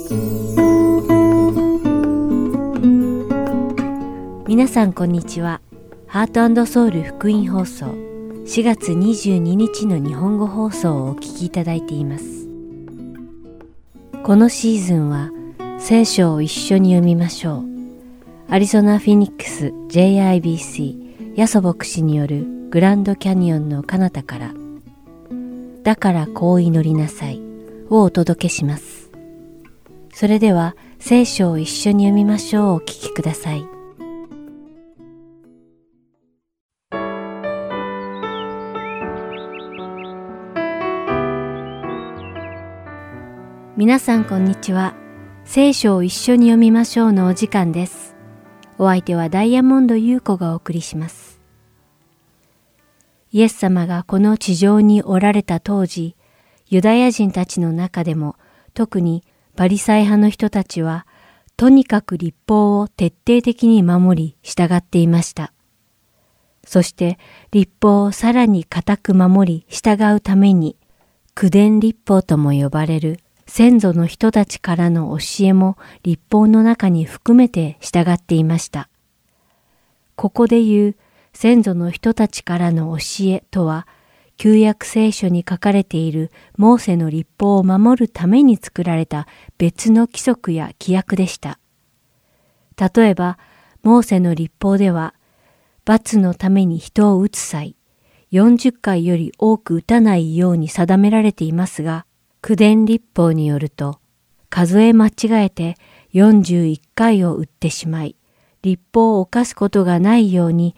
皆さんこんにちは。ハート&ソウル福音放送4月22日の日本語放送をお聞きいただいています。このシーズンは聖書を一緒に読みましょう。アリゾナ・フィニックス JIBC ヤソ牧師によるグランドキャニオンの彼方からだからこう祈りなさいをお届けします。それでは聖書を一緒に読みましょう。お聞きください。皆さんこんにちは。聖書を一緒に読みましょうのお時間です。お相手はダイヤモンド優子がお送りします。イエス様がこの地上におられた当時、ユダヤ人たちの中でも特にパリサイ派の人たちはとにかく律法を徹底的に守り従っていました。そして律法をさらに固く守り従うために九伝律法とも呼ばれる先祖の人たちからの教えも律法の中に含めて従っていました。ここで言う先祖の人たちからの教えとは、旧約聖書に書かれているモーセの律法を守るために作られた別の規則や規約でした。例えば、モーセの律法では、罰のために人を撃つ際、40回より多く撃たないように定められていますが、九伝律法によると、数え間違えて41回を撃ってしまい、律法を犯すことがないように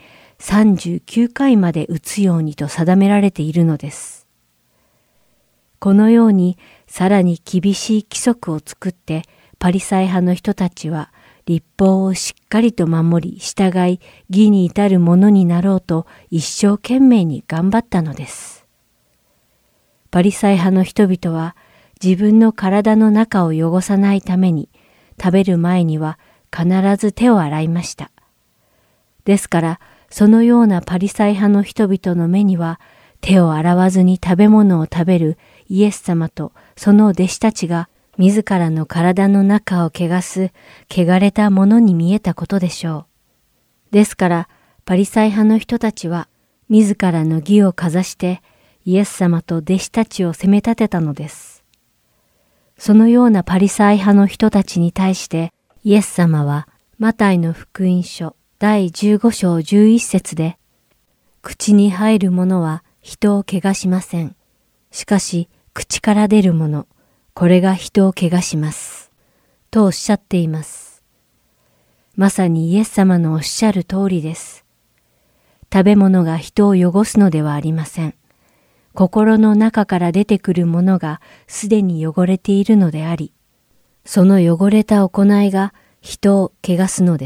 39回まで撃つようにと定められているのです。このようにさらに厳しい規則を作ってパリサイ派の人たちは律法をしっかりと守り従い義に至るものになろうと一生懸命に頑張ったのです。パリサイ派の人々は自分の体の中を汚さないために食べる前には必ず手を洗いました。ですからそのようなパリサイ派の人々の目には手を洗わずに食べ物を食べるイエス様とその弟子たちが自らの体の中を汚す汚れたものに見えたことでしょう。ですからパリサイ派の人たちは自らの義をかざしてイエス様と弟子たちを責め立てたのです。そのようなパリサイ派の人たちに対してイエス様はマタイの福音書第15章11節で、口に入るものは人を汚しません。しかし口から出るもの、これが人を汚します。とおっしゃっています。まさにイエス様のおっしゃる通りです。食べ物が人を汚すのではありません。心の中から出てくるものがすでに汚れているのであり、その汚れた行いが人を汚すのです。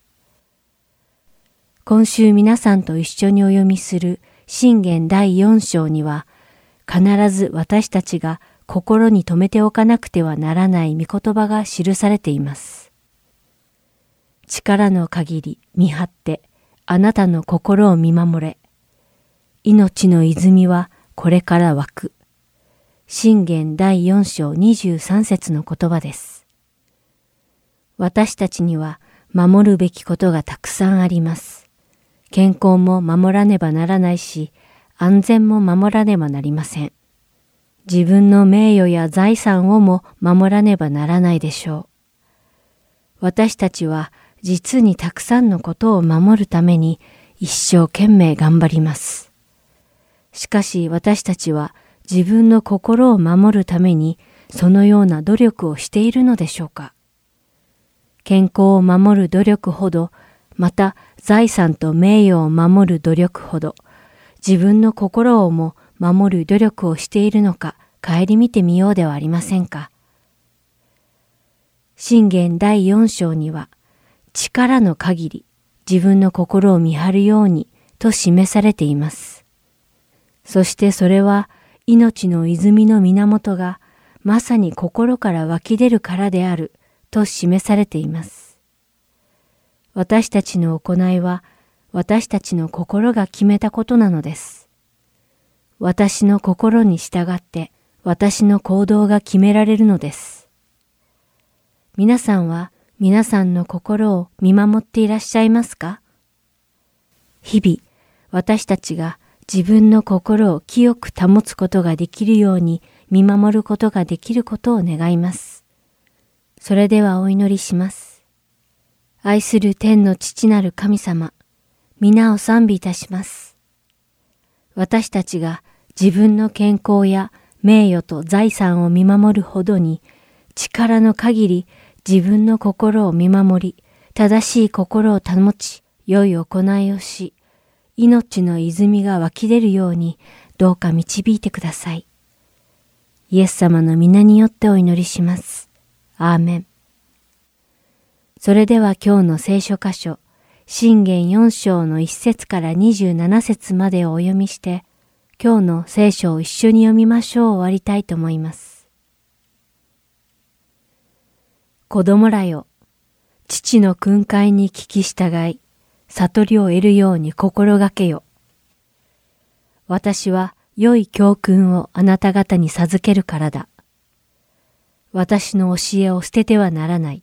今週皆さんと一緒にお読みする箴言第4章には、必ず私たちが心に留めておかなくてはならない御言葉が記されています。力の限り見張って、あなたの心を見守れ。命の泉はこれから湧く。箴言第4章23節の言葉です。私たちには守るべきことがたくさんあります。健康も守らねばならないし、安全も守らねばなりません。自分の名誉や財産をも守らねばならないでしょう。私たちは実にたくさんのことを守るために一生懸命頑張ります。しかし私たちは自分の心を守るためにそのような努力をしているのでしょうか。健康を守る努力ほど、また財産と名誉を守る努力ほど、自分の心をも守る努力をしているのか顧みてみようではありませんか。箴言第4章には、力の限り自分の心を見張るようにと示されています。そしてそれは命の泉の源がまさに心から湧き出るからであると示されています。私たちの行いは私たちの心が決めたことなのです。私の心に従って私の行動が決められるのです。 皆さんは皆さんの心を見守っていらっしゃいますか？日々、私たちが自分の心を清く保つことができるように見守ることができることを願います。それではお祈りします。愛する天の父なる神様、皆を賛美いたします。私たちが自分の健康や名誉と財産を見守るほどに、力の限り自分の心を見守り、正しい心を保ち、良い行いをし、命の泉が湧き出るようにどうか導いてください。イエス様の皆によってお祈りします。アーメン。それでは今日の聖書箇所、箴言4章の1節から27節までをお読みして、今日の聖書を一緒に読みましょう終わりたいと思います。子供らよ、父の訓戒に聞き従い、悟りを得るように心がけよ。私は良い教訓をあなた方に授けるからだ。私の教えを捨ててはならない。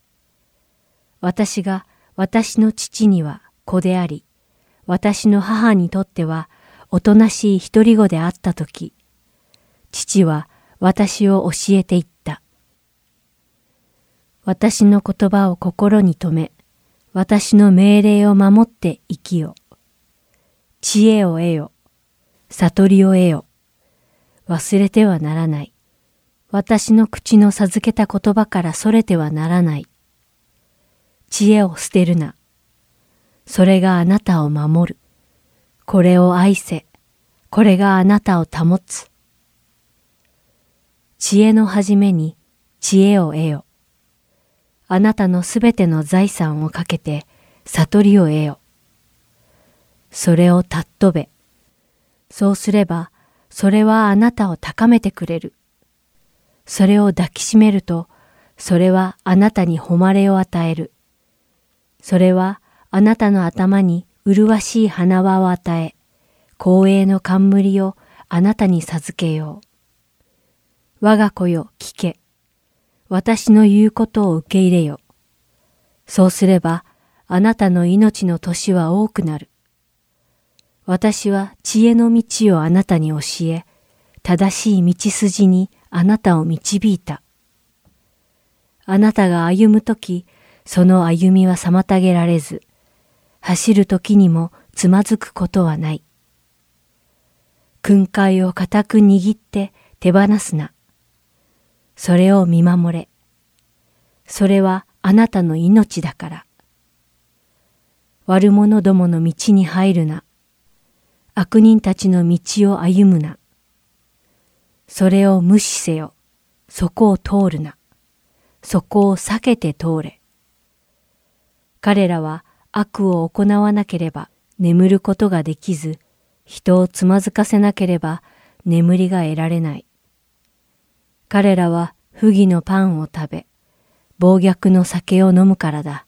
私が私の父には子であり、私の母にとってはおとなしい独り子であったとき、父は私を教えていった。私の言葉を心に留め、私の命令を守って生きよ。知恵を得よ。悟りを得よ。忘れてはならない。私の口の授けた言葉からそれてはならない。知恵を捨てるな。それがあなたを守る。これを愛せ。これがあなたを保つ。知恵の始めに知恵を得よ。あなたのすべての財産をかけて悟りを得よ。それを尊べ。そうすれば、それはあなたを高めてくれる。それを抱きしめると、それはあなたに誉れを与える。それはあなたの頭に麗しい花輪を与え、光栄の冠をあなたに授けよう。我が子よ、聞け。私の言うことを受け入れよ。そうすれば、あなたの命の年は多くなる。私は知恵の道をあなたに教え、正しい道筋にあなたを導いた。あなたが歩むとき、その歩みは妨げられず、走るときにもつまずくことはない。訓戒を固く握って手放すな。それを見守れ。それはあなたの命だから。悪者どもの道に入るな。悪人たちの道を歩むな。それを無視せよ。そこを通るな。そこを避けて通れ。彼らは悪を行わなければ眠ることができず、人をつまずかせなければ眠りが得られない。彼らは不義のパンを食べ、暴虐の酒を飲むからだ。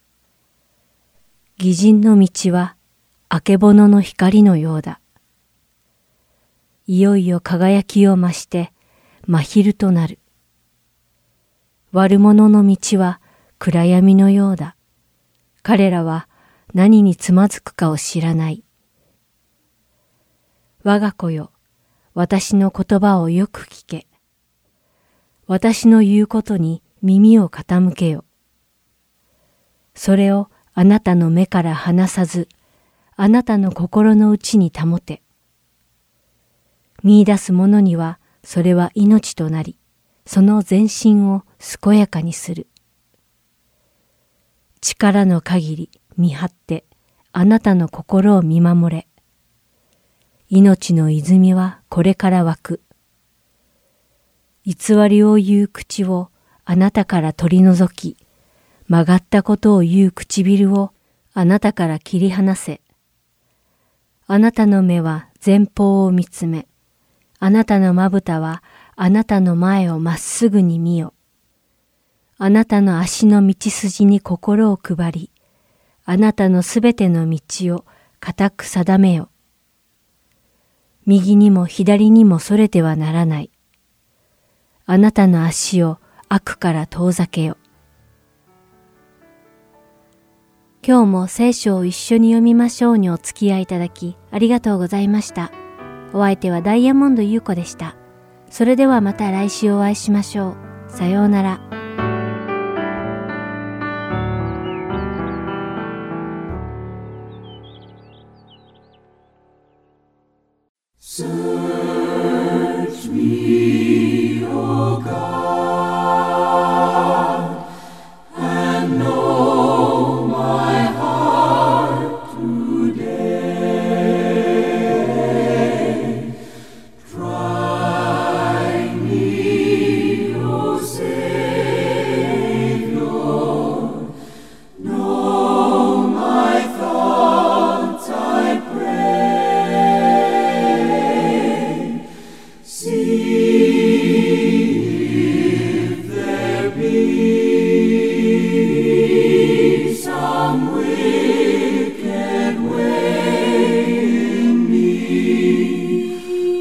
義人の道はあけぼのの光のようだ。いよいよ輝きを増して真昼となる。悪者の道は暗闇のようだ。彼らは何につまずくかを知らない。我が子よ、私の言葉をよく聞け。私の言うことに耳を傾けよ。それをあなたの目から離さず、あなたの心の内に保て。見出す者にはそれは命となり、その全身を健やかにする。力の限り見張ってあなたの心を見守れ。命の泉はこれから湧く。偽りを言う口をあなたから取り除き、曲がったことを言う唇をあなたから切り離せ。あなたの目は前方を見つめ、あなたのまぶたはあなたの前をまっすぐに見よ。あなたの足の道筋に心を配り、あなたのすべての道を固く定めよ。右にも左にもそれてはならない。あなたの足を悪から遠ざけよ。 今日も聖書を一緒に読みましょうにお付き合いいただきありがとうございました。お相手はダイヤモンド優子でした。それではまた来週お会いしましょう。さようなら。 Search me, O God, and know my heart today. Try me, O Savior, know my thoughts, I pray. See if there be some wicked way in me.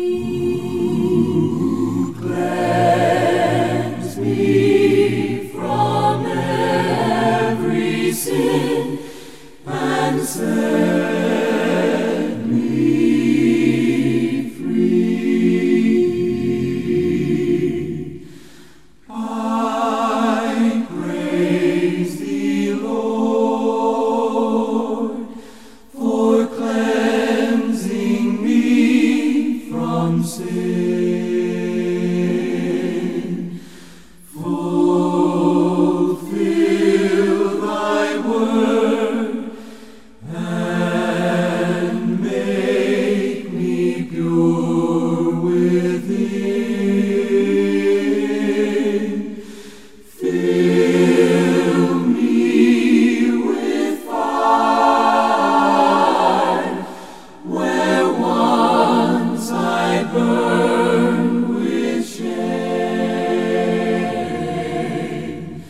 Cleanse me from every sin and set me free. I praise thee, Lord, for cleansing me from sin. Fulfill thy word and make me pure within. Fill me with fire where once I burned with shame.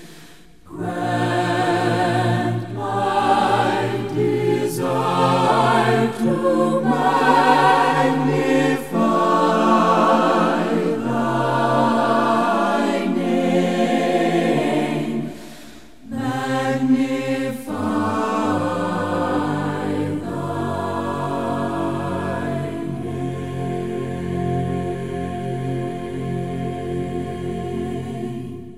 Grant my desire to magnify thy name. Magnify thy name.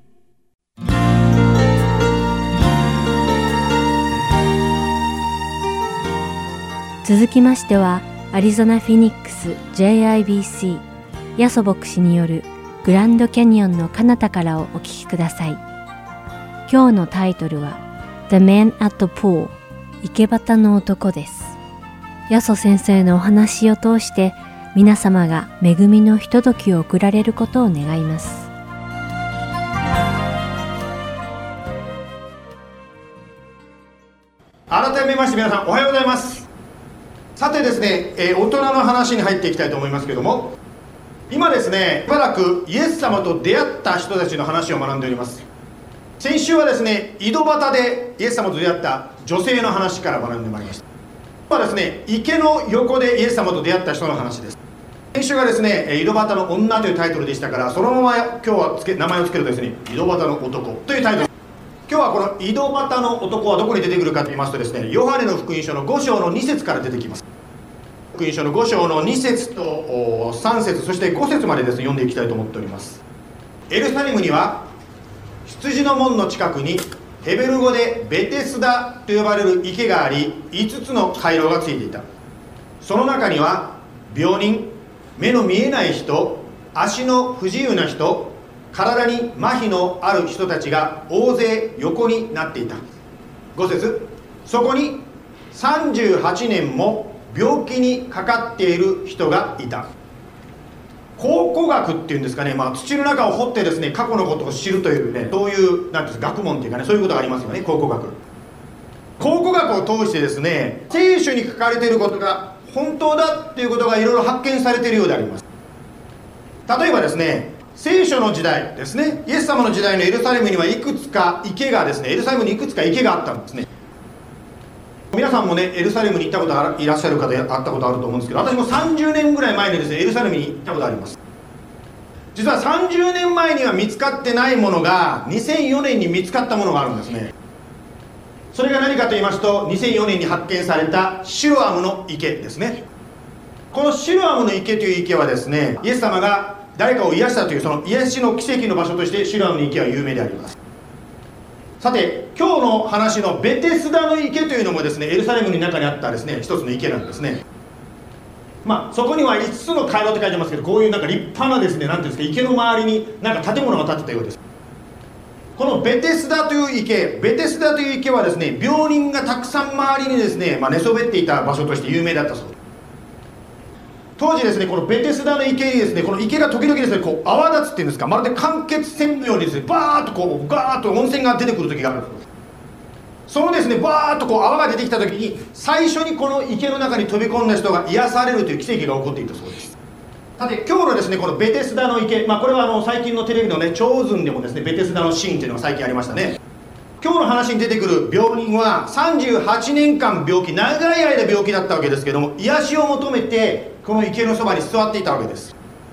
続きましては、アリゾナ・フィニックス JIBC ヤソ牧師によるグランドキャニオンの彼方からをお聞きください。今日のタイトルは The Man at the Pool 池端の男です。ヤソ先生のお話を通して皆様が恵みのひとときを送られることを願います。 改めまして皆さんおはようございます。さてですね、大人の話に入っていきたいと思いますけども、今ですね、しばらくイエス様と出会った人たちの話を学んでおります。先週はですね、井戸端でイエス様と出会った女性の話から学んでまいりました。今はですね、池の横でイエス様と出会った人の話です。先週がですね、井戸端の女というタイトルでしたから、そのまま今日は名前を付けるとですね、井戸端の男というタイトル。今日はこの井戸端の男はどこに出てくるかと言いますとですね、ヨハネの福音書の5章の2節から出てきます。福音書の5章の2節と3節そして5節までですね、読んでいきたいと思っております。エルサレムには羊の門の近くにヘベル語でベテスダと呼ばれる池があり、5つの回廊がついていた。その中には病人、目の見えない人、足の不自由な人、体に麻痺のある人たちが大勢横になっていた。5節、そこに38年も病気にかかっている人がいた。考古学っていうんですかね、土の中を掘ってですね、過去のことを知るというね、そういうなんていうんですか、学問っていうかね、そういうことがありますよね。考古学を通してですね、聖書に書かれていることが本当だっていうことがいろいろ発見されているようであります。例えばですね、聖書の時代ですね、イエス様の時代のエルサレムにはいくつか池がですね、エルサレムにいくつか池があったんですね。皆さんもね、エルサレムに行ったこといらっしゃる方、会ったことあると思うんですけど、私も30年ぐらい前にですね、エルサレムに行ったことあります。実は30年前には見つかってないものが2004年に見つかったものがあるんですね。 それが何かと言いますと、2004年に発見されたシロアムの池ですね。このシロアムの池という池はですね、イエス様が誰かを癒したというその癒しの奇跡の場所としてシロアムの池は有名であります。さて、今日の話のベテスダの池というのもですね、エルサレムの中にあったですね、一つの池なんですね。そこには5つの回廊って書いてますけど、こういうなんか立派なですね、なんていうんですか、池の周りになんか建物が建ってたようです。このベテスダという池はですね、病人がたくさん周りにですね、寝そべっていた場所として有名だったそうです。当時ですね、このベテスダの池にですね、この池が時々ですね、こう泡立つっていうんですか、まるで間欠泉のようにですね、バーッとこうガーッと温泉が出てくる時があるんです。そのですね、バーッとこう泡が出てきた時に、最初にこの池の中に飛び込んだ人が癒されるという奇跡が起こっていたそうです。さて、今日のですね、このベテスダの池、これは最近のテレビのね、超ズンでもですね、ベテスダのシーンというのが最近ありましたね。今日の話に出てくる病人は38年間長い間病気だったわけですけども、癒しを求めてこの池のそばに座っていたわけです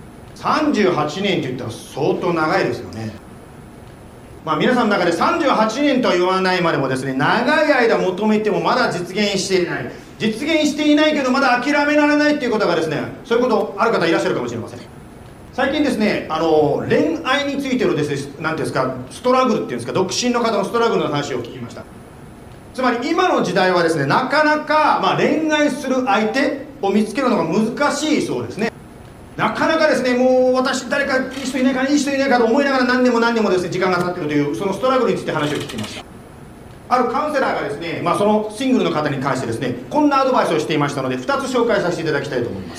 。38年といったら相当長いですよね。皆さんの中で38年とは言わないまでもですね、長い間求めてもまだ実現していないけどまだ諦められないっていうことがですね、そういうことある方いらっしゃるかもしれません。最近ですね、恋愛についてのですね、何ていうんですか、ストラグルっていうんですか、独身の方のストラグルの話を聞きました。つまり今の時代はですね、なかなか、恋愛する相手を見つけるのが難しいそうですね。なかなかですね、もう私誰かいい人いないかと思いながら何年もですね、時間が経っているというそのストラグルについて話を聞きました。あるカウンセラーがですね、そのシングルの方に関してですね、こんなアドバイスをしていましたので、2つ紹介させていただきたいと思います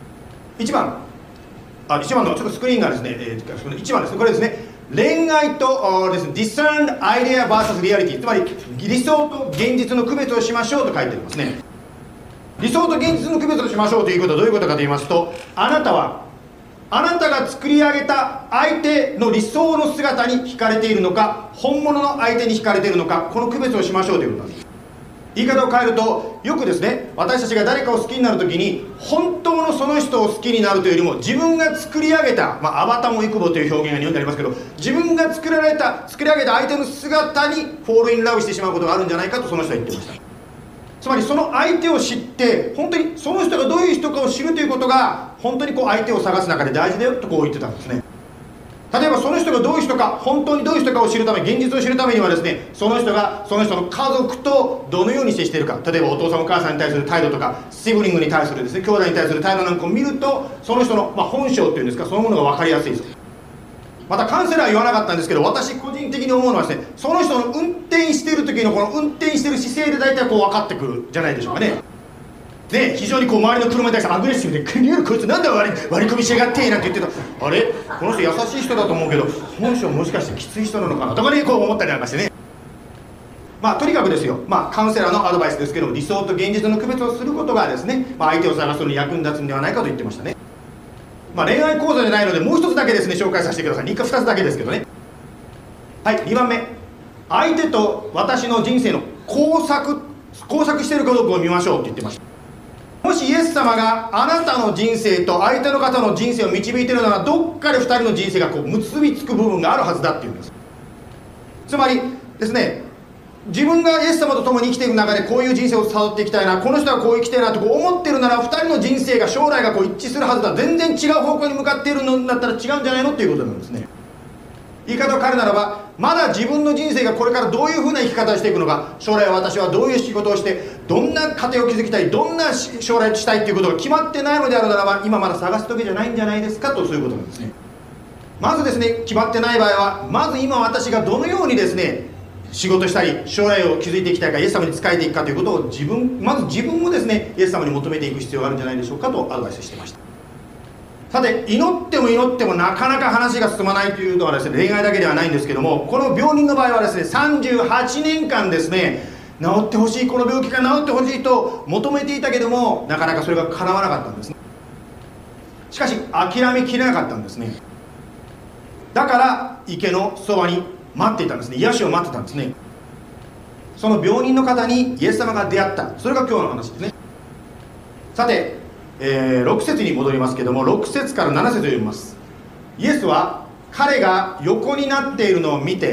。1番のちょっとスクリーンがですね、1番ですね、これですね、恋愛とですね、discerned idea vs reality、つまり理想と現実の区別をしましょうと書いてありますね。理想と現実の区別をしましょうということはどういうことかと言いますと、あなたが作り上げた相手の理想の姿に惹かれているのか、本物の相手に惹かれているのか、この区別をしましょうということなんです。言い方を変えると、よくですね、私たちが誰かを好きになるときに本当のその人を好きになるというよりも、自分が作り上げた、アバタモイクボという表現が日本でありますけど、自分が作り上げた相手の姿にフォールインラブしてしまうことがあるんじゃないかとその人は言ってました。つまりその相手を知って、本当にその人がどういう人かを知るということが本当に相手を探す中で大事だよと言ってたんですね。例えばその人がどういう人か、本当にどういう人かを知るため、現実を知るためにはですね、その人がその人の家族とどのように接しているか、例えばお父さんお母さんに対する態度とか、シブリングに対するですね、兄弟に対する態度なんかを見ると、その人の本性というんですか、そのものが分かりやすいです。またカウンセラーは言わなかったんですけど、私個人的に思うのはですね、その人の運転している時のこの運転している姿勢で大体分かってくるじゃないでしょうかね。非常に周りの車に対してアグレッシブで、こいつなんで割り込みしやがってなんて言ってた、あれこの人優しい人だと思うけど本性もしかしてきつい人なのかなとかね、思ったりなんかしてね。とにかくですよ、カウンセラーのアドバイスですけど、理想と現実の区別をすることがですね、相手を探すのに役に立つんではないかと言ってましたね。恋愛講座じゃないのでもう一つだけですね、紹介させてください。2つだけですけどね。はい、2番目、相手と私の人生の交錯しているかどうかを見ましょうって言ってました。もしイエス様があなたの人生と相手の方の人生を導いているなら、どっかで2人の人生が結びつく部分があるはずだっていうんです。つまりですね、自分がイエス様と共に生きていく中でこういう人生を辿っていきたいな、この人はこう生きたいなと思っているなら、2人の人生が将来が一致するはずだ、全然違う方向に向かっているのだったら違うんじゃないのっていうことなんですね。言い方を変えるならば、まだ自分の人生がこれからどういうふうな生き方をしていくのか、将来私はどういう仕事をしてどんな家庭を築きたい、どんな将来をしたいということが決まってないのであるならば、今まだ探す時じゃないんじゃないですかと、そういうことなんですね。まずですね、決まってない場合は、まず今私がどのようにですね、仕事したり将来を築いていきたいか、イエス様に仕えていくかということをまず自分をですね、イエス様に求めていく必要があるんじゃないでしょうかとアドバイスしていました。さて、祈ってもなかなか話が進まないというのはですね、恋愛だけではないんですけども、この病人の場合はですね、38年間ですね、治ってほしい、この病気が治ってほしいと求めていたけども、なかなかそれが叶わなかったんですね。しかし諦めきれなかったんですね。だから池のそばに待っていたんですね。癒しを待ってたんですね。その病人の方にイエス様が出会った、それが今日の話ですね。さて、6節に戻りますけども、6節から7節を読みます。イエスは彼が横になっているのを見て、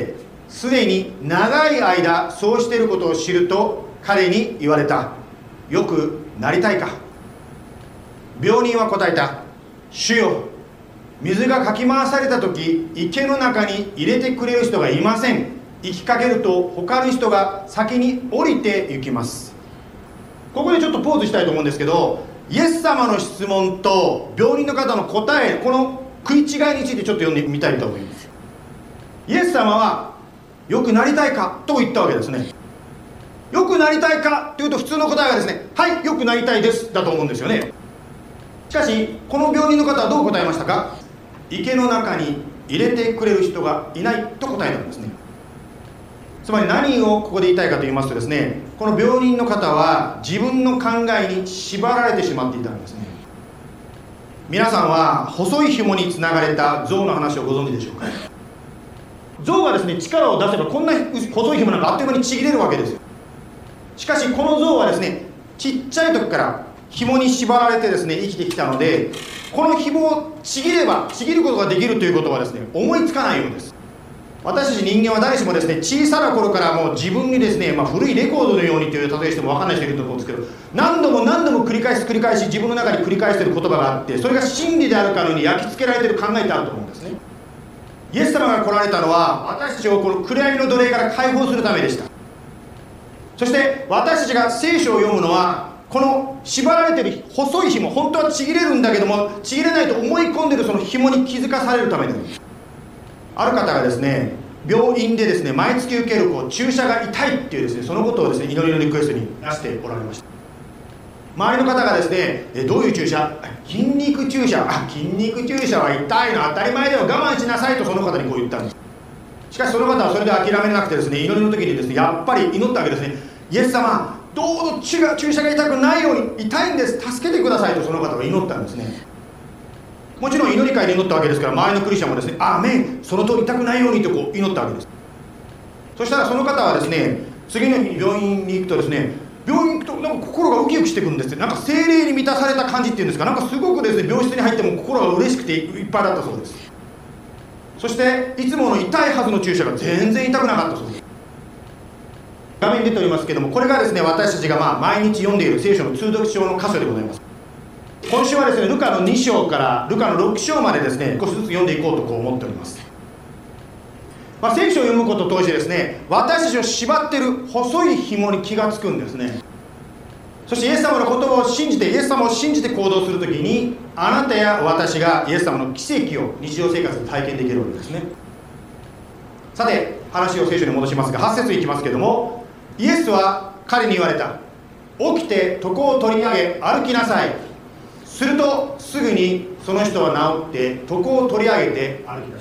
すでに長い間そうしていることを知ると彼に言われた。よくなりたいか。病人は答えた。主よ、水がかき回された時、池の中に入れてくれる人がいません。行きかけると他の人が先に降りて行きます。ここでちょっとポーズしたいと思うんですけど、イエス様の質問と病人の方の答え、この食い違いについてちょっと読んでみたいと思います。イエス様はよくなりたいかと言ったわけですね。よくなりたいかというと普通の答えはですね、はい、よくなりたいですだと思うんですよね。しかしこの病人の方はどう答えましたか。池の中に入れてくれる人がいないと答えたんですね。つまり何をここで言いたいかと言いますとですね、この病人の方は自分の考えに縛られてしまっていたんですね。皆さんは細い紐につながれた象の話をご存知でしょうか。象がですね、力を出せばこんな細い紐なんかあっという間にちぎれるわけですよ。しかしこの象はですね、ちっちゃい時から紐に縛られてですね生きてきたので、この紐をちぎればちぎることができるということはですね、思いつかないようです。私たち人間は誰しもですね、小さな頃からもう自分にですね、古いレコードのようにという例えしても分かんない人いると思うんですけど、何度も何度も繰り返し自分の中に繰り返している言葉があって、それが真理であるかのように焼き付けられている考えってあると思うんですね。イエス様が来られたのは私たちをこの暗闇の奴隷から解放するためでした。そして私たちが聖書を読むのは、この縛られている細い紐、本当はちぎれるんだけどもちぎれないと思い込んでいるその紐に気づかされるためです。ある方がですね、病院でですね、毎月受ける注射が痛いっていうですね、そのことをですね、祈りのリクエストに出しておられました。周りの方がですね、どういう注射？筋肉注射。筋肉注射は痛いの当たり前だよ、我慢しなさいとその方にこう言ったんです。しかしその方はそれで諦めなくてですね、祈りの時にですね、やっぱり祈ったわけですね。イエス様、どうぞ注射が痛くないように、痛いんです、助けてくださいとその方は祈ったんですね。もちろん祈り会で祈ったわけですから、周りのクリスチャンもですね、アーメン、その通り痛くないようにとこう祈ったわけです。そしたらその方はですね、次の日に病院に行くとですね、病院に行くとなんか心がウキウキしてくるんです。なんか精霊に満たされた感じっていうんですか、なんかすごくですね、病室に入っても心が嬉しくていっぱいだったそうです。そしていつもの痛いはずの注射が全然痛くなかったそうです。画面に出ておりますけども、これがですね、私たちが毎日読んでいる聖書の通読書の箇所でございます。今週はですね、ルカの2章からルカの6章までですね、少しずつ読んでいこうと思っております。聖書を読むことを通してですね、私たちを縛っている細い紐に気がつくんですね。そしてイエス様の言葉を信じて、イエス様を信じて行動するときに、あなたや私がイエス様の奇跡を日常生活で体験できるわけですね。さて、話を聖書に戻しますが、8節いきますけども、イエスは彼に言われた。起きて床を取り上げ歩きなさい。するとすぐにその人は治って床を取り上げて歩き出した。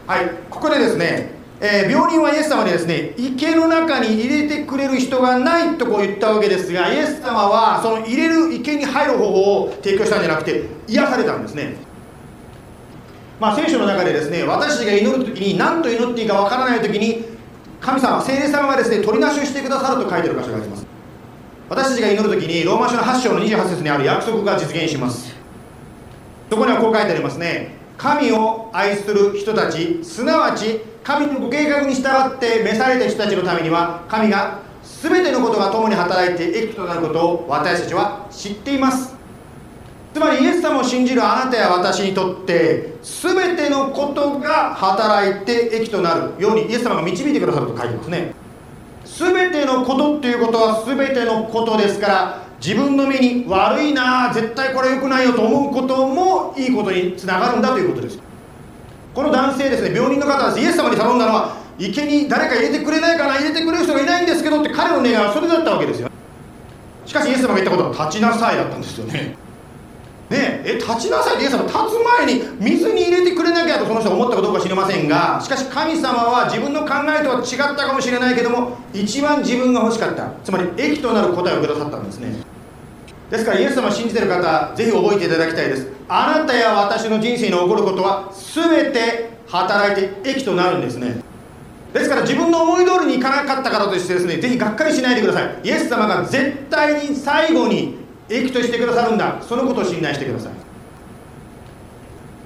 はい、ここでですね、病人はイエス様にですね、池の中に入れてくれる人がないとこう言ったわけですが、イエス様はその入れる池に入る方法を提供したんじゃなくて、癒されたんですね。聖書の中でですね、私たちが祈るときに何と祈っていいかわからないときに、神様、聖霊様がですね、取りなしをしてくださると書いてある箇所があります。私たちが祈るときにローマ書の8章の28節にある約束が実現します。そこにはこう書いてありますね。神を愛する人たち、すなわち神のご計画に従って召された人たちのためには、神が全てのことが共に働いて益となることを私たちは知っています。つまりイエス様を信じるあなたや私にとって全てのことが働いて益となるようにイエス様が導いてくださると書いてますね。全てのことっていうことは全てのことですから、自分の目に悪いな、絶対これ良くないよと思うこともいいことにつながるんだということです。この男性ですね、病人の方はイエス様に頼んだのは、池に誰か入れてくれないかな、入れてくれる人がいないんですけどって彼の願いはそれだったわけですよ。しかしイエス様が言ったことは立ちなさいだったんですよね。立ちなさいってイエス様立つ前に水に入れてくれなきゃとその人は思ったかどうか知りませんが、しかし神様は自分の考えとは違ったかもしれないけども、一番自分が欲しかった、つまり益となる答えをくださったんですね。ですからイエス様を信じている方、ぜひ覚えていただきたいです。あなたや私の人生に起こることは全て働いて益となるんですね。ですから自分の思い通りにいかなかったからとしてですね、ぜひがっかりしないでください。イエス様が絶対に最後に益としてくださるんだ、そのことを信頼してください。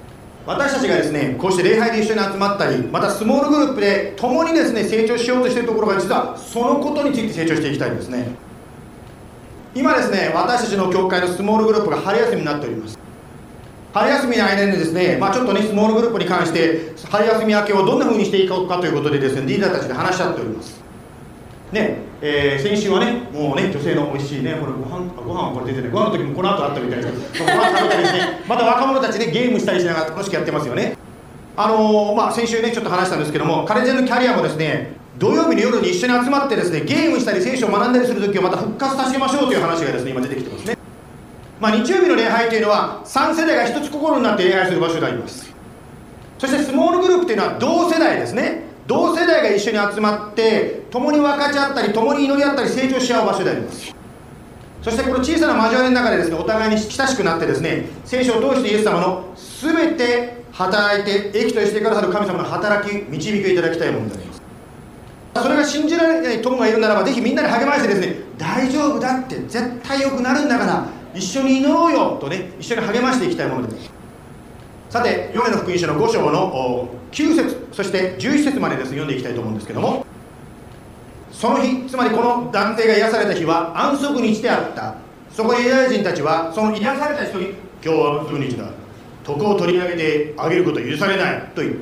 私たちがですね、こうして礼拝で一緒に集まったり、またスモールグループで共にですね、成長しようとしているところが、実はそのことについて成長していきたいんですね。今ですね、私たちの教会のスモールグループが春休みになっております。春休みの間にですね、ちょっとね、スモールグループに関して春休み明けをどんな風にしていこうかということでですね、リーダーたちで話し合っておりますね。先週はね、もうね、女性の美味しいね、これご飯はこれ出てね、ご飯の時もこの後あったみたいですけど、ご飯食べたりして、また若者たちでゲームしたりしながら楽しくやってますよね。先週ね、ちょっと話したんですけども、彼女のキャリアもですね、土曜日の夜に一緒に集まってですね、ゲームしたり聖書を学んだりする時をまた復活させましょうという話がですね、今出てきてますね。日曜日の礼拝というのは3世代が一つ心になって礼拝する場所であります。そしてスモールグループというのは同世代ですね。同世代が一緒に集まって共に分かち合ったり共に祈り合ったり成長し合う場所であります。そしてこの小さな交わりの中でですね、お互いに親しくなってですね、聖書を通してイエス様の全て働いて益としてくださる神様の働き導きをいただきたいものであります。それが信じられない友がいるならば、ぜひみんなで励ましてですね、大丈夫だって、絶対良くなるんだから一緒に祈ろうよとね、一緒に励ましていきたいものです。さて、ヨハネの福音書の5章の9節そして11節までですね、読んでいきたいと思うんですけども、その日、つまりこの男性が癒された日は安息日であった。そこでユダヤ人たちはその癒された人に、今日は安息日だ、徳を取り上げてあげることを許されないと言った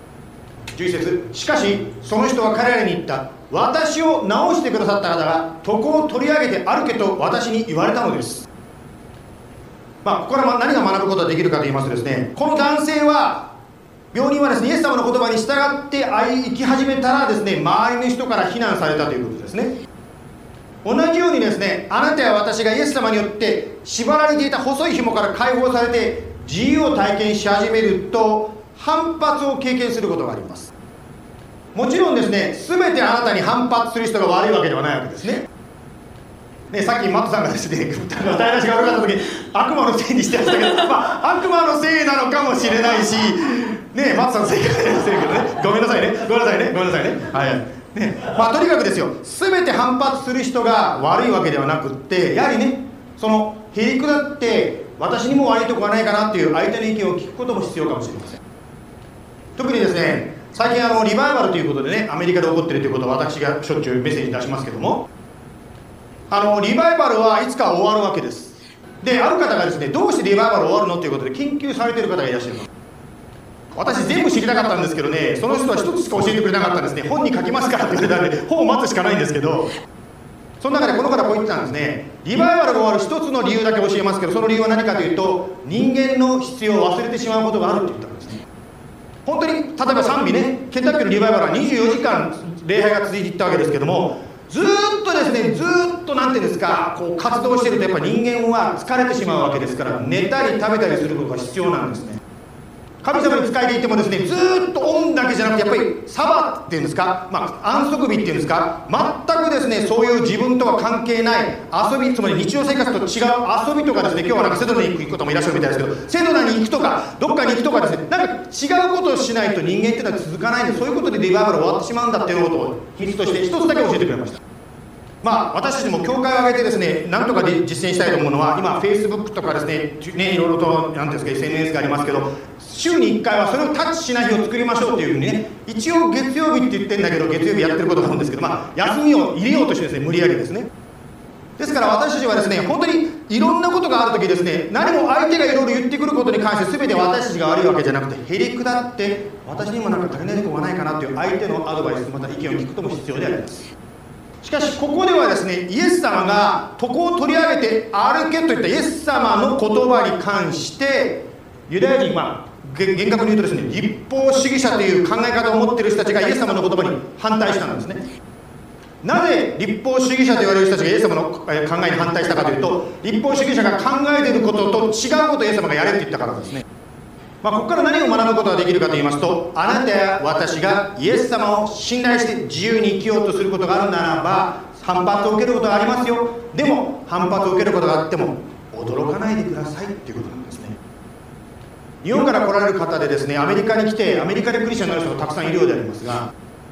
。11節、しかしその人は彼らに言った。私を治してくださった方が徳を取り上げて歩けと私に言われたのです。ここから何が学ぶことができるかと言いますとですね、この男性は病人はですね、イエス様の言葉に従って生き始めたらですね、周りの人から非難されたということですね。同じようにですね、あなたや私がイエス様によって縛られていた細い紐から解放されて自由を体験し始めると反発を経験することがあります。もちろんですね、全てあなたに反発する人が悪いわけではないわけですね。さっきマットさんがですね、歌い出しが悪かった時悪魔のせいにしてましたけど、悪魔のせいなのかもしれないしね、マットさん正解なんですけどね、ごめんなさいね、とにかくですよ、全て反発する人が悪いわけではなくって、やはりね、そのへりくだって私にも悪いとこがないかなっていう相手の意見を聞くことも必要かもしれません。特にですね、最近リバイバルということでね、アメリカで起こっているということを私がしょっちゅうメッセージ出しますけども、リバイバルはいつか終わるわけです。で、ある方がですね、どうしてリバイバル終わるのということで研究されている方がいらっしゃいます。私全部知りたかったんですけどね、その人は一つしか教えてくれなかったんですね。本に書きますからって言われたんで本を待つしかないんですけど、その中でこの方こう言ってたんですね。リバイバルが終わる一つの理由だけ教えますけど、その理由は何かというと、人間の必要を忘れてしまうことがあるって言ったんですね。本当に例えば賛美ね、ケンタッキーのリバイバルは24時間礼拝が続いていったわけですけども、ずーっとですね、ずーっとなんていうんですか、こう活動しているとやっぱり人間は疲れてしまうわけですから、寝たり食べたりすることが必要なんですね。神様に仕えていてもですね、ずーっとオンだけじゃなくて、やっぱりサバっていうんですか、安息日っていうんですか、全くですね、そういう自分とは関係ない遊び、つまり日常生活と違う遊びとかですね、今日はなんかセドナに行く方もいらっしゃるみたいですけど、セドナに行くとかどっかに行くとかですね、なんか違うことをしないと人間っていうのは続かないんで、そういうことでリバイバル終わってしまうんだっていうことを秘密として一つだけ教えてくれました。私たちも教会を挙げてですね、なんとかで実践したいと思うのは、今 Facebook とかですね、いろいろとなんていうんですか SNS がありますけど、週に1回はそれをタッチしない日を作りましょうっていうふうにね、一応月曜日って言ってるんだけど、月曜日やってることがあるんですけど、休みを入れようとしてですね、無理やりですね。ですから私たちはですね、本当にいろんなことがあるときですね、何も相手がいろいろ言ってくることに関して全て私たちが悪いわけじゃなくて、へりくだって私にもなんか足りないところがないかなという相手のアドバイス、また意見を聞くことも必要であります。しかしここではですね、イエス様が徳を取り上げて歩けといったイエス様の言葉に関して、ユダヤ人は厳格に言うとですね、立法主義者という考え方を持っている人たちがイエス様の言葉に反対したんですね。なぜ立法主義者と言われる人たちがイエス様の考えに反対したかというと、立法主義者が考えていることと違うことをイエス様がやれって言ったからですね。ここから何を学ぶことができるかと言いますと、あなたや私がイエス様を信頼して自由に生きようとすることがあるならば、反発を受けることがありますよ。でも反発を受けることがあっても驚かないでくださいっていうことなんですね。日本から来られる方でですね、アメリカに来てアメリカでクリスチャンになる人がたくさんいるようでありますが、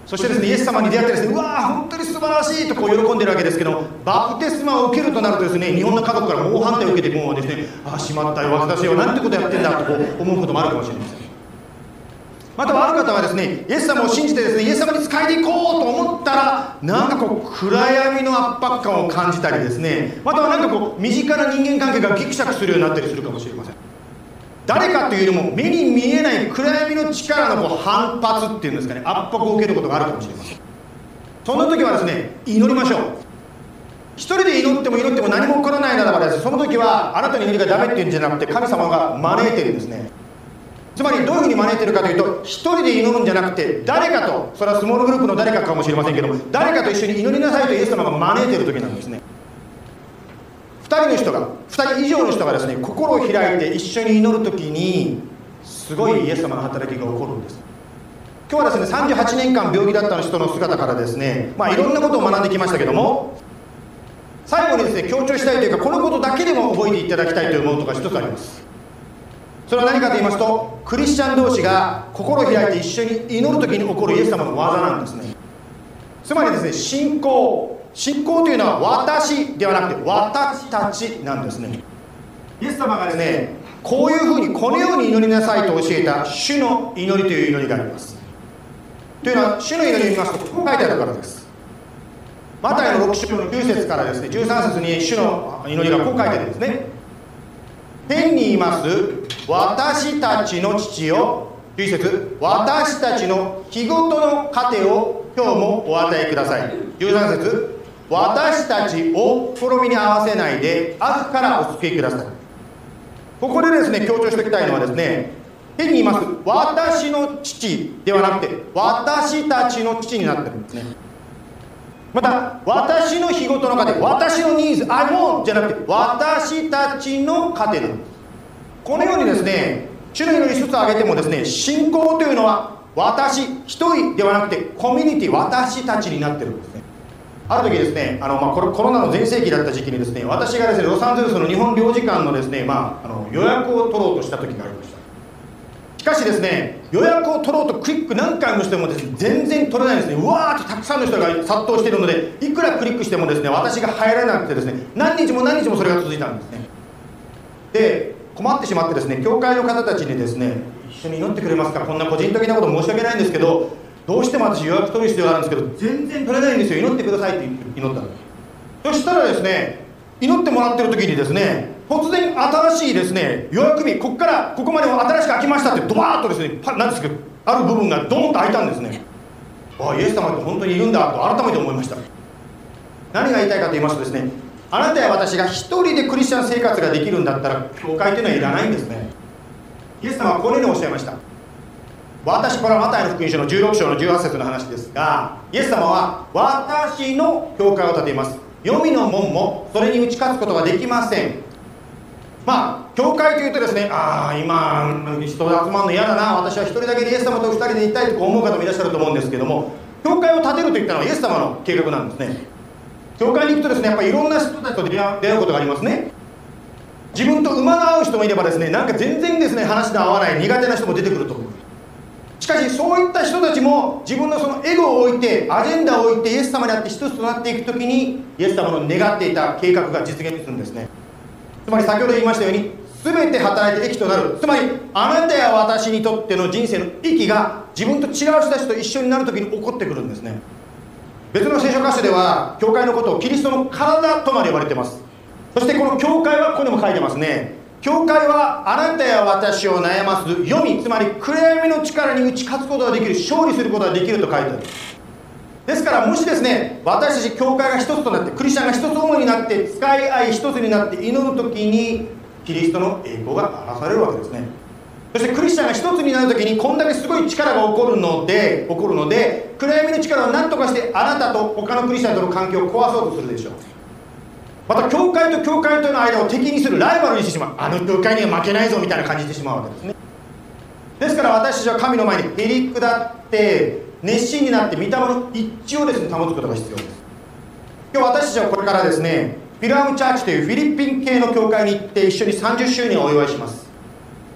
そしてですね、イエス様に出会ってですね、うわー本当に素晴らしいとこう喜んでるわけですけど、バプテスマを受けるとなるとですね、日本の家族から猛反対を受けて、もうですね、ああしまったよ、私はなんてことやってんだとこう思うこともあるかもしれません。またはある方はですね、イエス様を信じてですね、イエス様に仕えていこうと思ったら、なんかこう暗闇の圧迫感を感じたりですね、またはなんかこう身近な人間関係がギクシャクするようになったりするかもしれません。誰かというよりも目に見えない暗闇の力のこう反発っていうんですかね、圧迫を受けることがあるかもしれません。そんな時はですね、祈りましょう。一人で祈っても何も起こらないならばですね、その時はあなたの祈りがダメっていうんじゃなくて、神様が招いてるんですね。つまりどういうふうに招いてるかというと、一人で祈るんじゃなくて、誰かと、それはスモールグループの誰かかもしれませんけども、誰かと一緒に祈りなさいとイエス様が招いている時なんですね。2人以上の人がですね、心を開いて一緒に祈る時にすごいイエス様の働きが起こるんです。今日はですね、38年間病気だった人の姿からですね、いろんなことを学んできましたけども、最後にですね、強調したいというか、このことだけでも覚えていただきたいというものとか一つあります。それは何かと言いますと、クリスチャン同士が心を開いて一緒に祈る時に起こるイエス様の技なんですね。つまりですね、信仰というのは私ではなくて私たちなんですね。イエス様がですね、こういうふうにこのように祈りなさいと教えた主の祈りという祈りがあります。というのは、主の祈りを見ますとこう書いてあるからです。マタイの6章の9節からですね、13節に主の祈りがこう書いてあるんですね。天にいます私たちの父よ、11節、私たちの日ごとの糧を今日もお与えください。13節、私たちを試みに合わせないで悪からお救いください。ここでですね、強調しておきたいのはですね、天にいます私の父ではなくて私たちの父になってるんですね。また、私の日ごとの糧、私のニーズ、I want じゃなくて私たちの糧なんです。このようにですね、主の祈り一つ挙げてもですね、信仰というのは私一人ではなくてコミュニティ、私たちになってるんですね。ある時ですね、コロナの全盛期だった時期にですね、私がですね、ロサンゼルスの日本領事館のですね、予約を取ろうとした時がありました。しかしですね、予約を取ろうとクリック何回もしてもですね、全然取れないんですね。うわーっとたくさんの人が殺到しているので、いくらクリックしてもですね、私が入らなくてですね、何日もそれが続いたんですね。で、困ってしまってですね、教会の方たちにですね、一緒に祈ってくれますか、こんな個人的なこと申し訳ないんですけど、どうしても私予約取る必要があるんですけど全然取れないんですよ、祈ってくださいって祈ったんです。そしたらですね、祈ってもらってる時にですね、突然新しいですね、予約日、ここからここまでは新しく開きましたってドバーッとですね、なんですけど、ある部分がドーンと開いたんですね。あ、イエス様って本当にいるんだと改めて思いました。何が言いたいかと言いますとですね、あなたや私が一人でクリスチャン生活ができるんだったら教会というのはいらないんですね。イエス様はこのようにおっしゃいました。これはマタイの福音書の16章の18節の話ですが、イエス様は私の教会を建てます。黄泉の門もそれに打ち勝つことができません。教会というとですね、今人が集まるの嫌だな、私は一人だけでイエス様と二人でいたいと思う方もいらっしゃると思うんですけども、教会を建てるといったのはイエス様の計画なんですね。教会に行くとですね、やっぱりいろんな人たちと出会うことがありますね。自分と馬が合う人もいればですね、なんか全然ですね、話の合わない苦手な人も出てくると思います。しかしそういった人たちも自分のそのエゴを置いて、アジェンダを置いてイエス様にあって一つとなっていくときに、イエス様の願っていた計画が実現するんですね。つまり先ほど言いましたように、全て働いて益となる、つまりあなたや私にとっての人生の益が自分と違う人たちと一緒になるときに起こってくるんですね。別の聖書箇所では教会のことをキリストの体とまで呼ばれています。そしてこの教会はここにも書いてますね。教会はあなたや私を悩ます黄泉、つまり暗闇の力に打ち勝つことができる、勝利することができると書いてある。ですからもしですね、私たち教会が一つとなって、クリスチャンが一つ思いになって使い合い一つになって祈るときにキリストの栄光が表されるわけですね。そしてクリスチャンが一つになるときにこんだけすごい力が起こるので暗闇の力を何とかしてあなたと他のクリスチャンとの関係を壊そうとするでしょう。また教会と教会との間を敵にする、ライバルにしてしまう、あの教会には負けないぞみたいな感じでしてしまうわけですね。ですから私たちは神の前にへり下って熱心になって御霊の一致をですね保つことが必要です。今日私たちはこれからですね、フィルアムチャーチというフィリピン系の教会に行って一緒に30周年をお祝いします。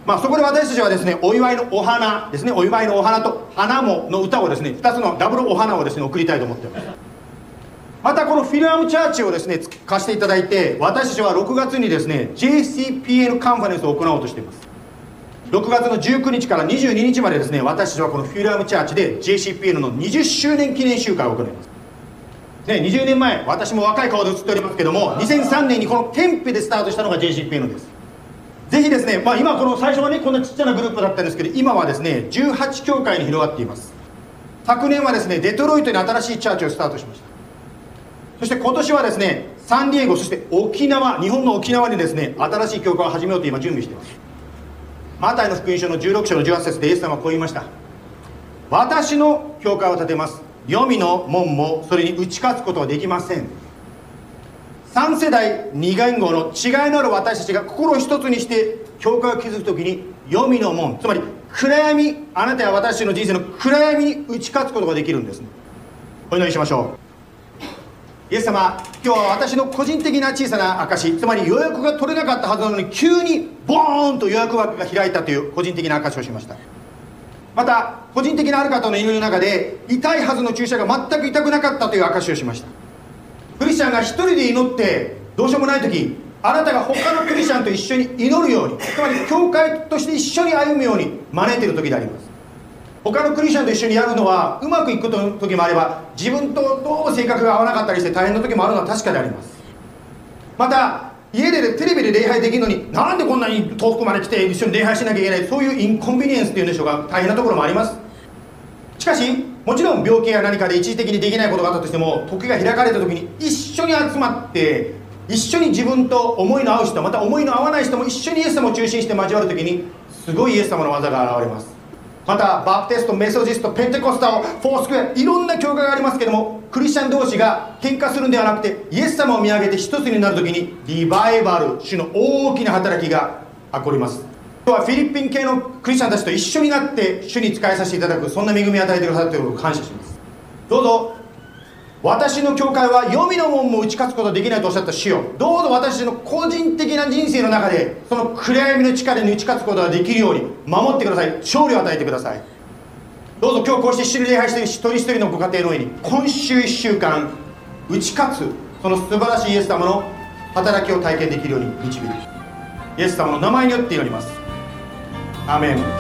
そこで私たちはですね、お祝いのお花ですね、お祝いのお花と花もの歌をですね、2つのダブルお花をですね、送りたいと思っています。またこのフィルアムチャーチをですね、貸していただいて、私たちは6月にですね、JCPN カンファレンスを行おうとしています。6月の19日から22日までですね、私たちはこのフィルアムチャーチで JCPN の20周年記念集会を行います。20年前、私も若い顔で映っておりますけども、2003年にこのテンペでスタートしたのが JCPN です。ぜひですね、今この最初はね、こんなちっちゃなグループだったんですけど、今はですね、18教会に広がっています。昨年はですね、デトロイトに新しいチャーチをスタートしました。そして今年はですね、サンディエゴ、そして沖縄、日本の沖縄にですね、新しい教会を始めようと今準備しています。マタイの福音書の16章の18節でイエス様はこう言いました。私の教会を建てます。黄泉の門もそれに打ち勝つことはできません。3世代2言語の違いのある私たちが心を一つにして教会を築くときに、黄泉の門、つまり暗闇、あなたや私の人生の暗闇に打ち勝つことができるんですね。お祈りしましょう。イエス様、今日は私の個人的な小さな証、つまり予約が取れなかったはずなのに急にボーンと予約枠が開いたという個人的な証をしました。また個人的なある方の祈りの中で、痛いはずの注射が全く痛くなかったという証をしました。クリスチャンが一人で祈ってどうしようもない時、あなたが他のクリスチャンと一緒に祈るように、つまり教会として一緒に歩むように招いている時であります。他のクリスチャンと一緒にやるのはうまくいく時もあれば、自分とどう性格が合わなかったりして大変な時もあるのは確かであります。また家でテレビで礼拝できるのに、なんでこんなに遠くまで来て一緒に礼拝しなきゃいけない、そういうインコンビニエンスっていうんでしょうか、大変なところもあります。しかしもちろん病気や何かで一時的にできないことがあったとしても、時が開かれた時に一緒に集まって一緒に自分と思いの合う人、また思いの合わない人も一緒にイエス様を中心して交わる時に、すごいイエス様の技が現れます。またバプテスト、メソジスト、ペンテコスタル、フォースクエア、いろんな教会がありますけども、クリスチャン同士が喧嘩するんではなくて、イエス様を見上げて一つになる時にリバイバル、主の大きな働きが起こります。今日はフィリピン系のクリスチャンたちと一緒になって主に仕えさせていただく、そんな恵みを与えてくださっていることを感謝します。どうぞ私の教会は黄泉の門も打ち勝つことができないとおっしゃった主よ、どうぞ私の個人的な人生の中でその暗闇の力に打ち勝つことができるように守ってください。勝利を与えてください。どうぞ今日こうして一緒に礼拝している一人一人のご家庭の上に、今週1週間打ち勝つその素晴らしいイエス様の働きを体験できるように導く、イエス様の名前によって祈ります。アーメン。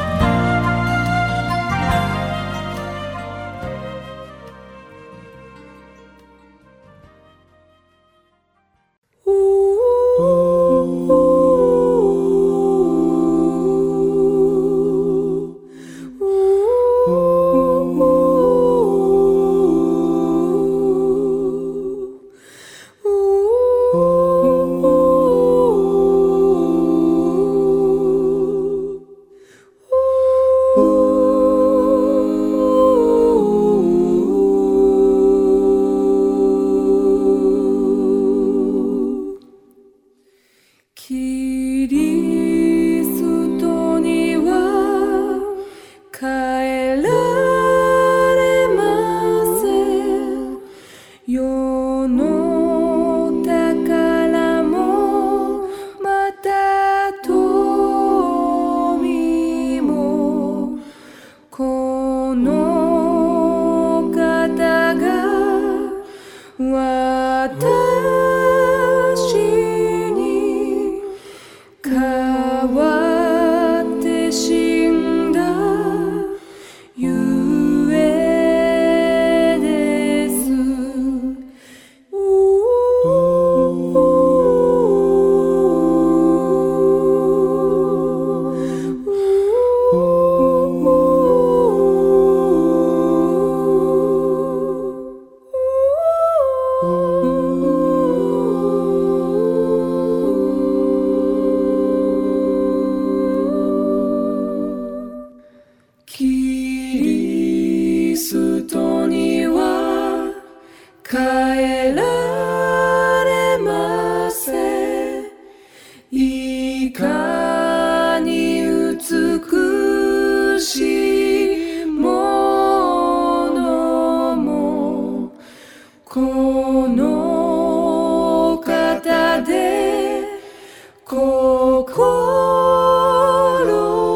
心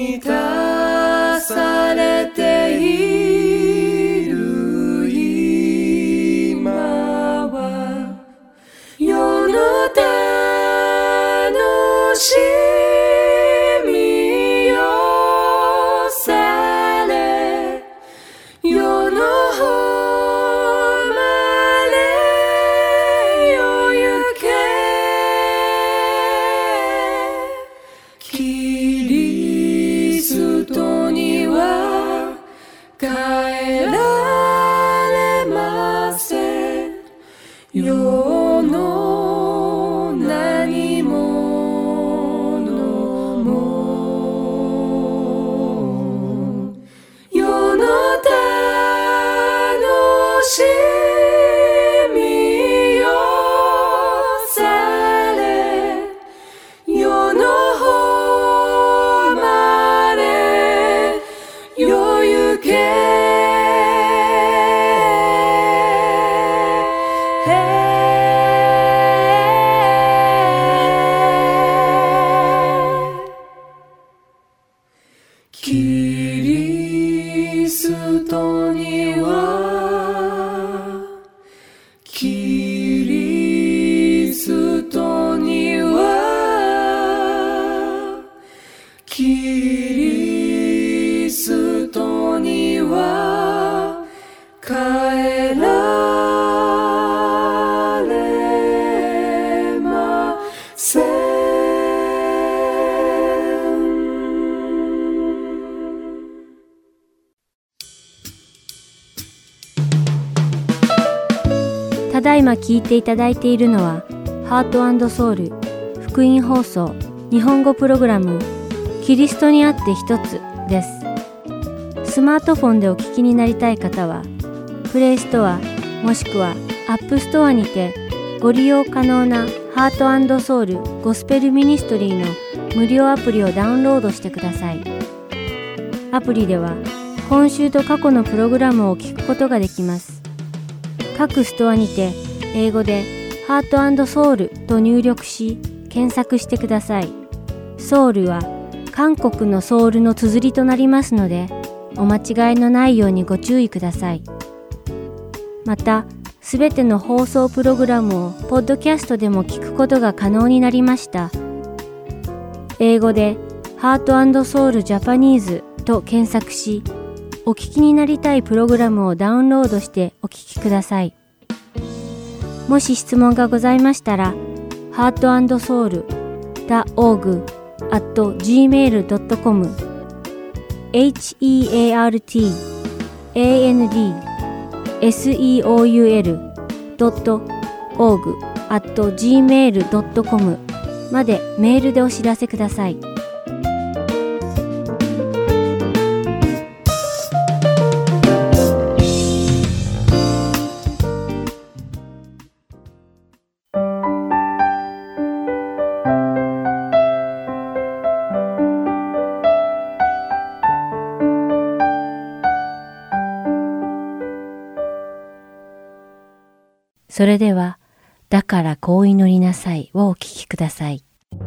満たされている今は世の楽しみよされ世の誉れよ行けキリストには帰られません世の何者も世の楽しみよされ世の誉れよ行けキリストにはキリストにはキリストには帰られません。 ただいま聞いていただいているのはハート&ソウル福音放送日本語プログラムキリストにあって一つです。スマートフォンでお聞きになりたい方はプレイストアもしくはアップストアにてご利用可能なハート&ソウルゴスペルミニストリーの無料アプリをダウンロードしてください。アプリでは今週と過去のプログラムを聞くことができます。各ストアにて英語でハート&ソウルと入力し検索してください。ソウルは韓国のソウルの綴りとなりますのでお間違いのないようにご注意ください。またすべての放送プログラムをポッドキャストでも聞くことが可能になりました。英語でハート&ソウルジャパニーズと検索しお聞きになりたいプログラムをダウンロードしてお聞きください。もし質問がございましたら、heartandsoul.org@gmail.com heartandseoul.org@gmail.com までメールでお知らせください。それでは、だからこう祈りなさいをお聞きください。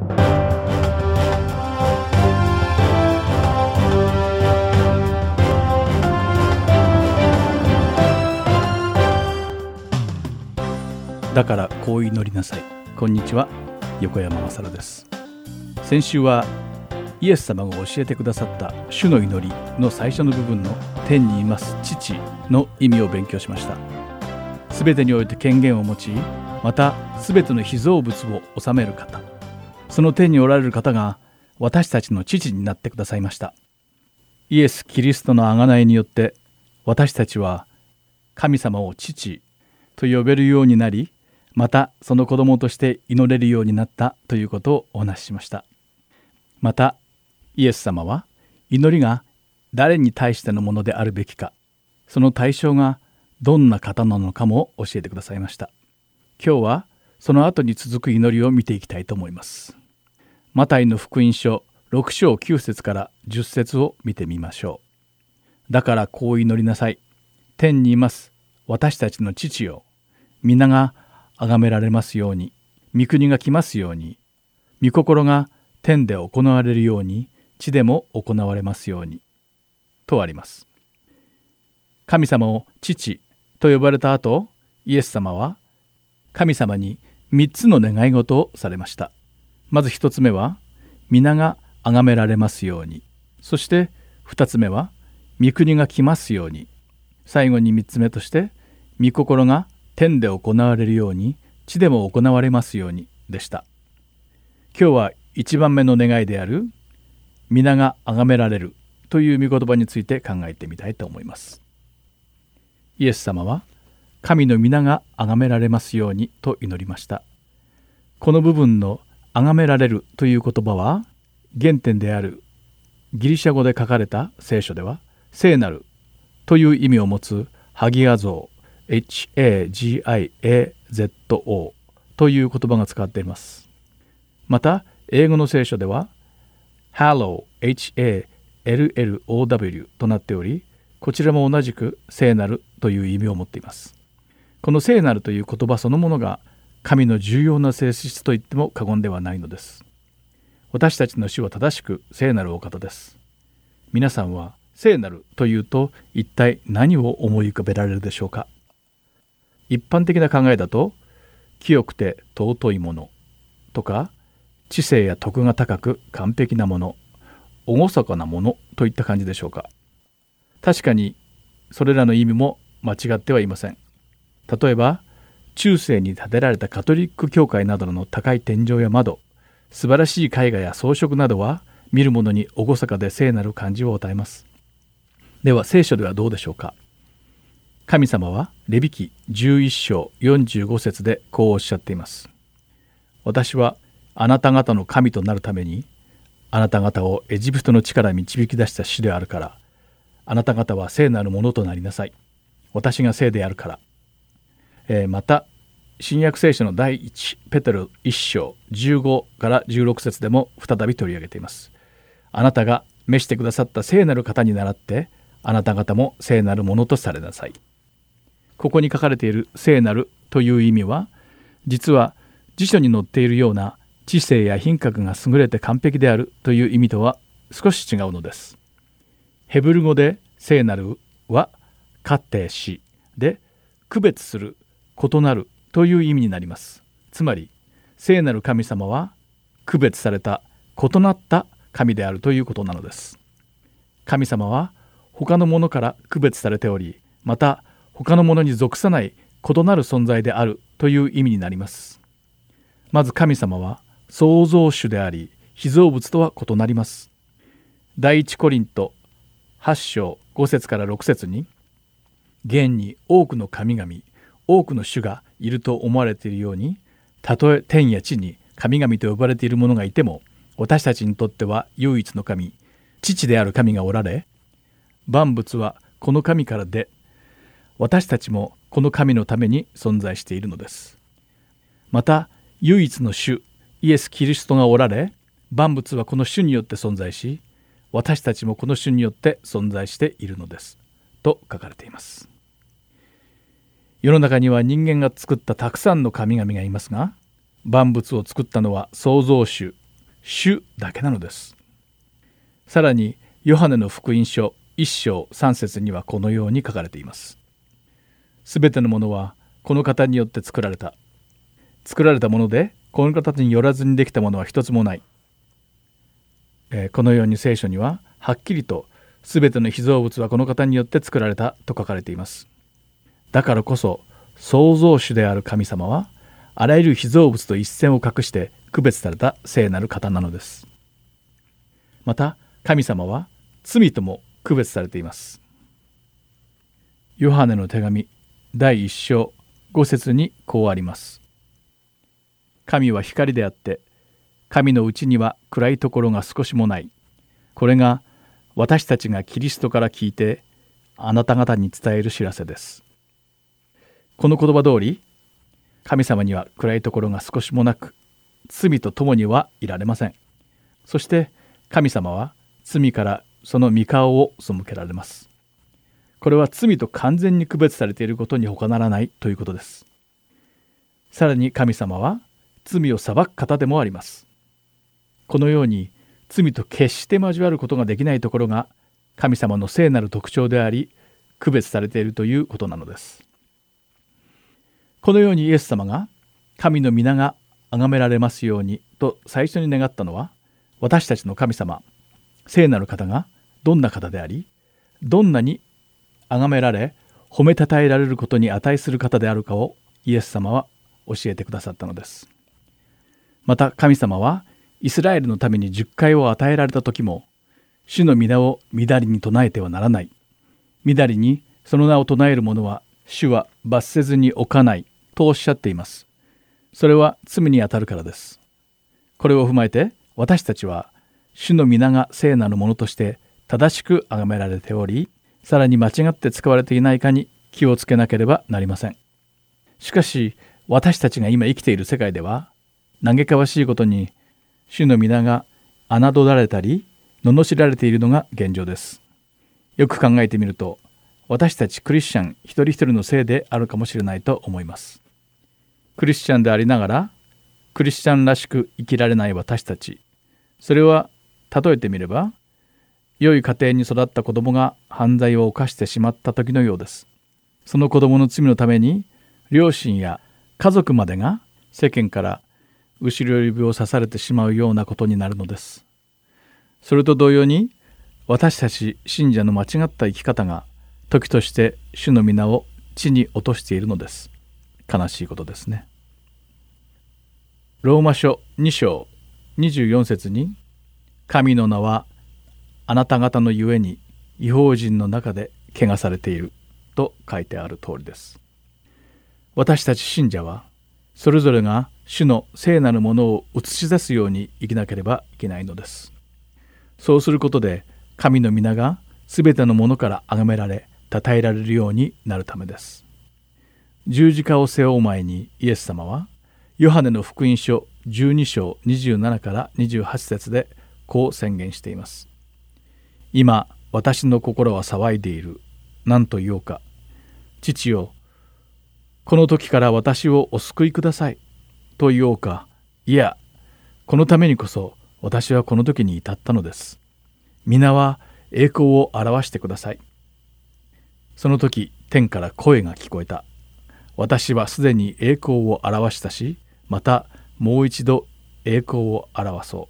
だからこう祈りなさい。こんにちは、横山まさらです。先週はイエス様が教えてくださった主の祈りの最初の部分の天にいます父の意味を勉強しました。すべてにおいて権限を持ち、またすべての被造物を治める方、その天におられる方が私たちの父になってくださいました。イエス・キリストの贖いによって私たちは神様を父と呼べるようになり、またその子供として祈れるようになったということをお話ししました。またイエス様は祈りが誰に対してのものであるべきか、その対象がどんな方なのかも教えてくださいました。今日はその後に続く祈りを見ていきたいと思います。マタイの福音書6章9節から10節を見てみましょう。だからこう祈りなさい。天にいます私たちの父よ、皆が崇められますように、御国が来ますように、御心が天で行われるように地でも行われますようにとあります。神様を父と呼ばれた後、イエス様は神様に3つの願い事をされました。まず1つ目は皆が崇められますように、そして2つ目は御国が来ますように、最後に3つ目として御心が天で行われるように地でも行われますようにでした。今日は1番目の願いである皆が崇められるという御言葉について考えてみたいと思います。イエス様は神の皆が崇められますようにと祈りました。この部分の崇められるという言葉は原点であるギリシャ語で書かれた聖書では聖なるという意味を持つハギアゾー HAGIAZO という言葉が使っています。また英語の聖書では Hallow HALLOW となっており、こちらも同じく聖なるという意味を持っています。この聖なるという言葉そのものが神の重要な性質と言っても過言ではないのです。私たちの主は正しく聖なるお方です。皆さんは聖なるというと一体何を思い浮かべられるでしょうか。一般的な考えだと清くて尊いものとか、知性や徳が高く完璧なもの、厳かなものといった感じでしょうか。確かにそれらの意味も間違ってはいません。例えば中世に建てられたカトリック教会などの高い天井や窓、素晴らしい絵画や装飾などは見る者に厳かで聖なる感じを与えます。では聖書ではどうでしょうか。神様はレビ記11章45節でこうおっしゃっています。私はあなた方の神となるためにあなた方をエジプトの地から導き出した主であるから、あなた方は聖なるものとなりなさい。私が聖であるから。また新約聖書の第1ペテロ1章15から16節でも再び取り上げています。あなたが召してくださった聖なる方に倣ってあなた方も聖なるものとされなさい。ここに書かれている聖なるという意味は、実は辞書に載っているような知性や品格が優れて完璧であるという意味とは少し違うのです。ヘブル語で聖なるはカテシで区別する、異なるという意味になります。つまり聖なる神様は区別された異なった神であるということなのです。神様は他のものから区別されており、また他のものに属さない異なる存在であるという意味になります。まず神様は創造主であり、被造物とは異なります。第一コリント8章5節から6節に、現に多くの神々、多くの主がいると思われているように、たとえ天や地に神々と呼ばれている者がいても、私たちにとっては唯一の神、父である神がおられ、万物はこの神からで、私たちもこの神のために存在しているのです。また唯一の主イエス・キリストがおられ、万物はこの主によって存在し、私たちもこの主によって存在しているのですと書かれています。世の中には人間が作ったたくさんの神々がいますが、万物を作ったのは創造主、主だけなのです。さらにヨハネの福音書1章3節にはこのように書かれています。すべてのものはこの方によって作られた。作られたものでこの方によらずにできたものは一つもない。このように聖書にははっきりとすべての被造物はこの方によって作られたと書かれています。だからこそ創造主である神様はあらゆる被造物と一線を画して区別された聖なる方なのです。また神様は罪とも区別されています。ヨハネの手紙第1章5節にこうあります。神は光であって、神のうちには暗いところが少しもない。これが私たちがキリストから聞いてあなた方に伝える知らせです。この言葉通り、神様には暗いところが少しもなく、罪と共にはいられません。そして神様は罪からその御顔を背けられます。これは罪と完全に区別されていることに他ならないということです。さらに神様は罪を裁く方でもあります。このように罪と決して交わることができないところが神様の聖なる特徴であり、区別されているということなのです。このようにイエス様が神の皆が崇められますようにと最初に願ったのは、私たちの神様、聖なる方がどんな方であり、どんなに崇められ褒めたたえられることに値する方であるかをイエス様は教えてくださったのです。また神様はイスラエルのために十戒を与えられた時も、主の皆をみだりに唱えてはならない、みだりにその名を唱える者は主は罰せずに置かないとおっしゃっています。それは罪にあたるからです。これを踏まえて私たちは主の皆が聖なるものとして正しく崇められており、さらに間違って使われていないかに気をつけなければなりません。しかし私たちが今生きている世界では、嘆かわしいことに主の皆が侮られたり罵られているのが現状です。よく考えてみると、私たちクリスチャン一人一人のせいであるかもしれないと思います。クリスチャンでありながらクリスチャンらしく生きられない私たち、それは例えてみれば、良い家庭に育った子供が犯罪を犯してしまった時のようです。その子供の罪のために両親や家族までが世間から後ろ指を刺されてしまうようなことになるのです。それと同様に、私たち信者の間違った生き方が時として主の皆を地に落としているのです。悲しいことですね。ローマ書2章24節に、神の名はあなた方のゆえに異邦人の中で汚されていると書いてある通りです。私たち信者はそれぞれが主の聖なるものを映し出すように生きなければいけないのです。そうすることで神の皆がすべてのものから崇められ称えられるようになるためです。十字架を背負う前にイエス様はヨハネの福音書12章27から28節でこう宣言しています。今私の心は騒いでいる。何と言おうか。父よ、この時から私をお救いくださいと言おうか。いや、このためにこそ私はこの時に至ったのです。皆は栄光を表してください。その時天から声が聞こえた。私はすでに栄光を表したし、またもう一度栄光を表そう。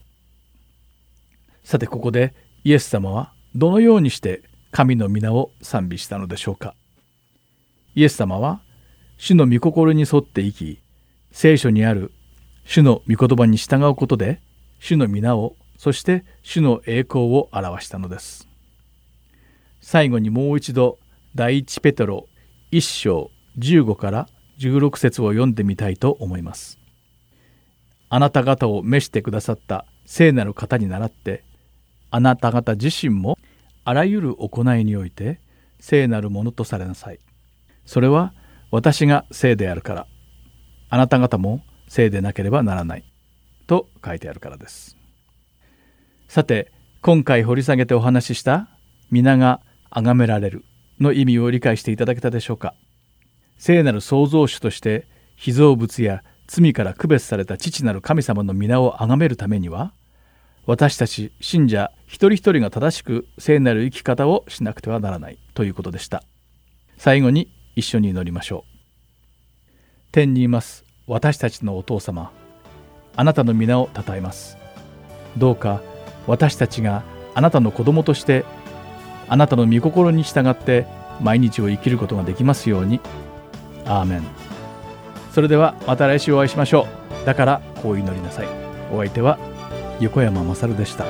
さてここでイエス様はどのようにして神の皆を賛美したのでしょうか。イエス様は主の御心に沿って生き、聖書にある主の御言葉に従うことで主の皆を、そして主の栄光を表したのです。最後にもう一度第一ペテロ1章15から16節を読んでみたいと思います。あなた方を召してくださった聖なる方に倣って、あなた方自身もあらゆる行いにおいて聖なるものとされなさい。それは私が聖であるから、あなた方も聖でなければならないと書いてあるからです。さて、今回掘り下げてお話しした皆が崇められるの意味を理解していただけたでしょうか。聖なる創造主として被造物や罪から区別された父なる神様の皆を崇めるためには、私たち信者一人一人が正しく聖なる生き方をしなくてはならないということでした。最後に一緒に祈りましょう。天にいます私たちのお父様、あなたの皆をたたえます。どうか私たちがあなたの子供として、あなたの御心に従って毎日を生きることができますように。アーメン。それではまた来週お会いしましょう。だからこう祈りなさい。お相手は横山まさるでした。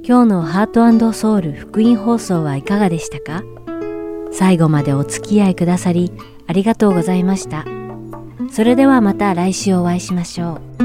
今日のハート&ソウル福音放送はいかがでしたか？最後までお付き合いくださりありがとうございました。それではまた来週お会いしましょう。